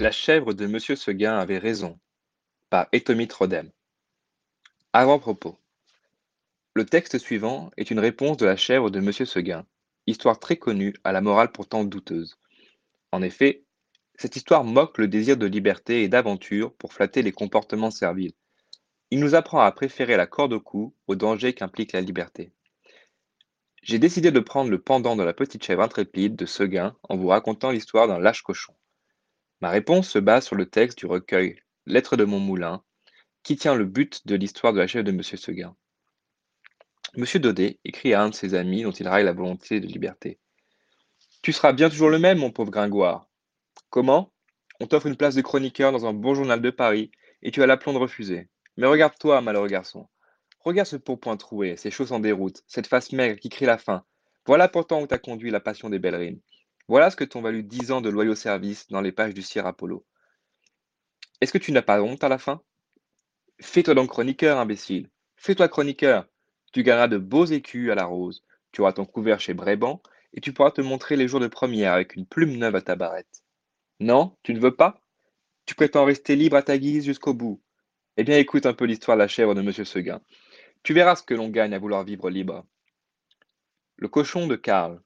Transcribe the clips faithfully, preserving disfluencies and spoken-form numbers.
La chèvre de Monsieur Seguin avait raison, par Étomie Rodin. Avant-propos. Le texte suivant est une réponse de la chèvre de Monsieur Seguin, histoire très connue à la morale pourtant douteuse. En effet, cette histoire moque le désir de liberté et d'aventure pour flatter les comportements serviles. Il nous apprend à préférer la corde au cou au danger qu'implique la liberté. J'ai décidé de prendre le pendant de la petite chèvre intrépide de Seguin en vous racontant l'histoire d'un lâche cochon. Ma réponse se base sur le texte du recueil Lettres de mon moulin, qui tient le but de l'histoire de la chèvre de Monsieur Seguin. Monsieur Daudet écrit à un de ses amis dont il raille la volonté de liberté. Tu seras bien toujours le même, mon pauvre Gringoire. Comment? On t'offre une place de chroniqueur dans un beau journal de Paris, et tu as l'aplomb de refuser. Mais regarde-toi, malheureux garçon. Regarde ce pourpoint troué, ces chaussons en déroute, cette face maigre qui crie la faim. Voilà pourtant où t'a conduit la passion des belles rimes. Voilà ce que t'ont valu dix ans de loyaux services dans les pages du Sire Apollo. Est-ce que tu n'as pas honte à la fin? Fais-toi donc chroniqueur, imbécile. Fais-toi chroniqueur. Tu gagneras de beaux écus à la rose. Tu auras ton couvert chez Bréban et tu pourras te montrer les jours de première avec une plume neuve à ta barrette. Non, tu ne veux pas? Tu prétends rester libre à ta guise jusqu'au bout. Eh bien, écoute un peu l'histoire de la chèvre de Monsieur Seguin. Tu verras ce que l'on gagne à vouloir vivre libre. Le cochon de Karl.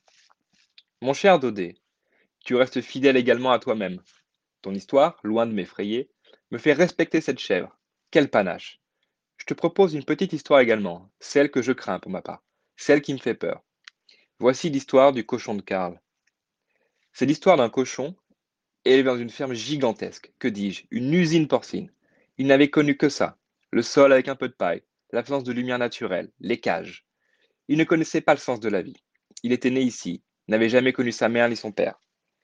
Mon cher Daudet, tu restes fidèle également à toi-même. Ton histoire, loin de m'effrayer, me fait respecter cette chèvre. Quel panache! Je te propose une petite histoire également, celle que je crains pour ma part, celle qui me fait peur. Voici l'histoire du cochon de Karl. C'est l'histoire d'un cochon élevé dans une ferme gigantesque, que dis-je, une usine porcine. Il n'avait connu que ça, le sol avec un peu de paille, l'absence de lumière naturelle, les cages. Il ne connaissait pas le sens de la vie. Il était né ici, n'avait jamais connu sa mère ni son père.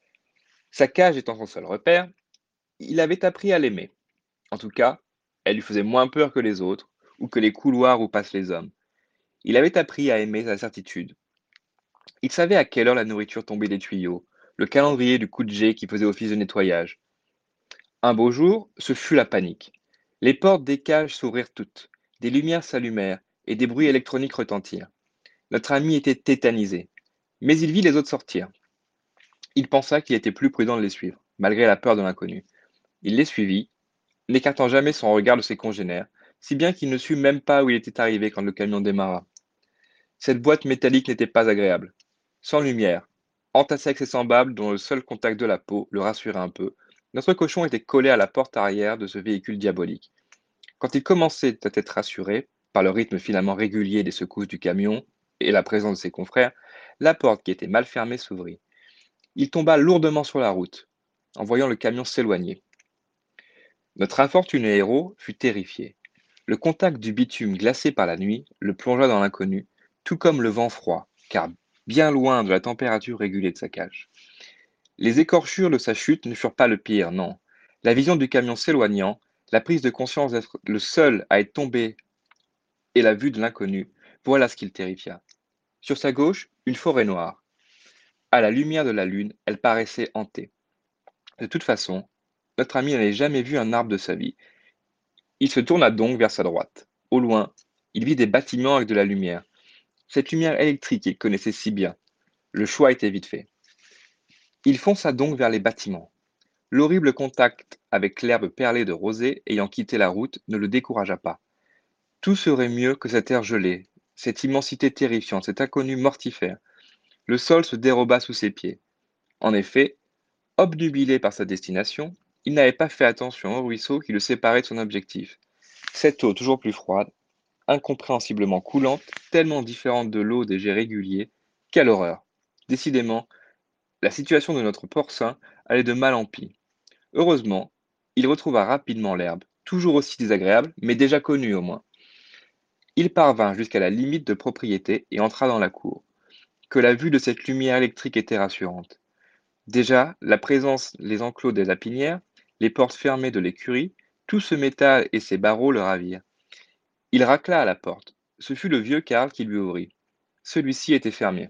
Sa cage étant son seul repère, il avait appris à l'aimer. En tout cas, elle lui faisait moins peur que les autres, ou que les couloirs où passent les hommes. Il avait appris à aimer sa certitude. Il savait à quelle heure la nourriture tombait des tuyaux, le calendrier du coup de jet qui faisait office de nettoyage. Un beau jour, ce fut la panique. Les portes des cages s'ouvrirent toutes, des lumières s'allumèrent et des bruits électroniques retentirent. Notre ami était tétanisé, mais il vit les autres sortir. Il pensa qu'il était plus prudent de les suivre, malgré la peur de l'inconnu. Il les suivit, n'écartant jamais son regard de ses congénères, si bien qu'il ne sut même pas où il était arrivé quand le camion démarra. Cette boîte métallique n'était pas agréable. Sans lumière, entassé avec ses semblables dont le seul contact de la peau le rassurait un peu, notre cochon était collé à la porte arrière de ce véhicule diabolique. Quand il commençait à être rassuré, par le rythme finalement régulier des secousses du camion et la présence de ses confrères, la porte qui était mal fermée s'ouvrit. Il tomba lourdement sur la route, en voyant le camion s'éloigner. Notre infortuné héros fut terrifié. Le contact du bitume glacé par la nuit le plongea dans l'inconnu, tout comme le vent froid, car bien loin de la température régulée de sa cage. Les écorchures de sa chute ne furent pas le pire, non. La vision du camion s'éloignant, la prise de conscience d'être le seul à être tombé et la vue de l'inconnu, voilà ce qui le terrifia. Sur sa gauche, une forêt noire. À la lumière de la lune, elle paraissait hantée. De toute façon, notre ami n'avait jamais vu un arbre de sa vie. Il se tourna donc vers sa droite. Au loin, il vit des bâtiments avec de la lumière. Cette lumière électrique qu'il connaissait si bien. Le choix était vite fait. Il fonça donc vers les bâtiments. L'horrible contact avec l'herbe perlée de rosée ayant quitté la route ne le découragea pas. Tout serait mieux que cette air gelé, cette immensité terrifiante, cet inconnu mortifère. Le sol se déroba sous ses pieds. En effet, obnubilé par sa destination, il n'avait pas fait attention au ruisseau qui le séparait de son objectif. Cette eau toujours plus froide, incompréhensiblement coulante, tellement différente de l'eau des jets réguliers. Quelle horreur! Décidément, la situation de notre porcin allait de mal en pis. Heureusement, il retrouva rapidement l'herbe, toujours aussi désagréable, mais déjà connue au moins. Il parvint jusqu'à la limite de propriété et entra dans la cour. Que la vue de cette lumière électrique était rassurante. Déjà, la présence, les enclos des lapinières, les portes fermées de l'écurie, tout ce métal et ses barreaux le ravirent. Il racla à la porte. Ce fut le vieux Karl qui lui ouvrit. Celui-ci était fermier.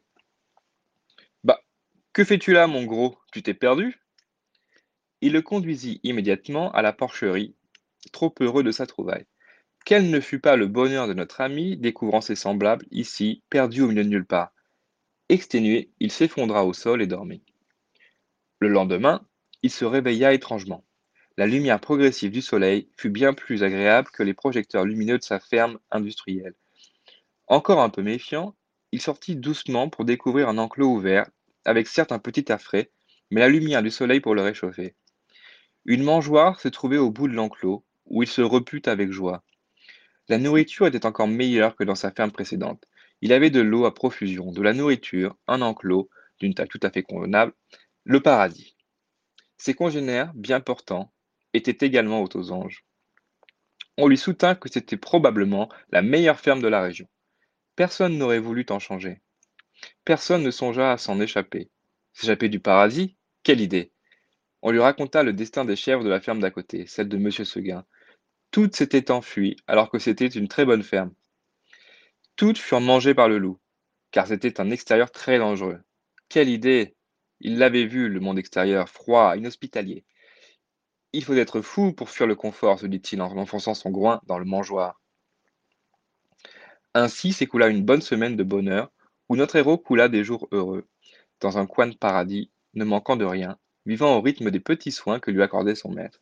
Bah, que fais-tu là, mon gros? Tu t'es perdu? Il le conduisit immédiatement à la porcherie, trop heureux de sa trouvaille. Quel ne fut pas le bonheur de notre ami, découvrant ses semblables, ici, perdus au milieu de nulle part. Exténué, il s'effondra au sol et dormit. Le lendemain, il se réveilla étrangement. La lumière progressive du soleil fut bien plus agréable que les projecteurs lumineux de sa ferme industrielle. Encore un peu méfiant, il sortit doucement pour découvrir un enclos ouvert, avec certes un petit air frais, mais la lumière du soleil pour le réchauffer. Une mangeoire se trouvait au bout de l'enclos, où il se reput avec joie. La nourriture était encore meilleure que dans sa ferme précédente. Il avait de l'eau à profusion, de la nourriture, un enclos, d'une taille tout à fait convenable, le paradis. Ses congénères, bien portants, étaient également aux anges. On lui soutint que c'était probablement la meilleure ferme de la région. Personne n'aurait voulu en changer. Personne ne songea à s'en échapper. S'échapper du paradis? Quelle idée! On lui raconta le destin des chèvres de la ferme d'à côté, celle de Monsieur Seguin. Toutes s'étaient enfuies, alors que c'était une très bonne ferme. Toutes furent mangées par le loup, car c'était un extérieur très dangereux. Quelle idée! Il l'avait vu, le monde extérieur, froid, inhospitalier. Il faut être fou pour fuir le confort, se dit-il en enfonçant son groin dans le mangeoire. Ainsi s'écoula une bonne semaine de bonheur, où notre héros coula des jours heureux, dans un coin de paradis, ne manquant de rien, vivant au rythme des petits soins que lui accordait son maître.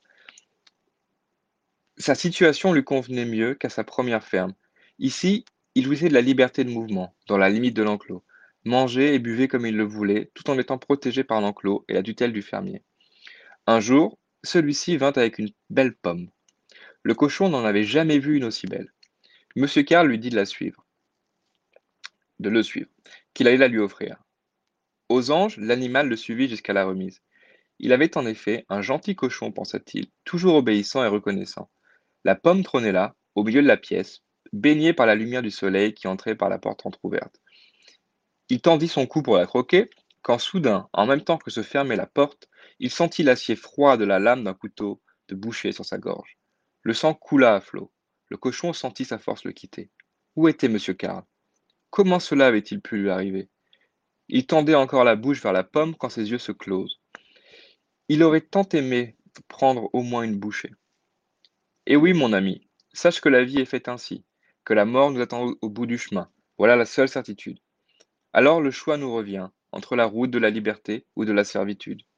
Sa situation lui convenait mieux qu'à sa première ferme. Ici, il jouissait de la liberté de mouvement, dans la limite de l'enclos, mangeait et buvait comme il le voulait, tout en étant protégé par l'enclos et la tutelle du fermier. Un jour, celui-ci vint avec une belle pomme. Le cochon n'en avait jamais vu une aussi belle. Monsieur Karl lui dit de la suivre, de le suivre, qu'il allait la lui offrir. Aux anges, l'animal le suivit jusqu'à la remise. Il avait en effet un gentil cochon, pensa-t-il, toujours obéissant et reconnaissant. La pomme trônait là, au milieu de la pièce, baignée par la lumière du soleil qui entrait par la porte entr'ouverte. Il tendit son cou pour la croquer, quand soudain, en même temps que se fermait la porte, il sentit l'acier froid de la lame d'un couteau de boucher sur sa gorge. Le sang coula à flots. Le cochon sentit sa force le quitter. Où était monsieur Karl? Comment cela avait-il pu lui arriver? Il tendait encore la bouche vers la pomme quand ses yeux se closent. Il aurait tant aimé prendre au moins une bouchée. Eh oui, mon ami, sache que la vie est faite ainsi, que la mort nous attend au au bout du chemin. Voilà la seule certitude. Alors le choix nous revient, entre la route de la liberté ou de la servitude.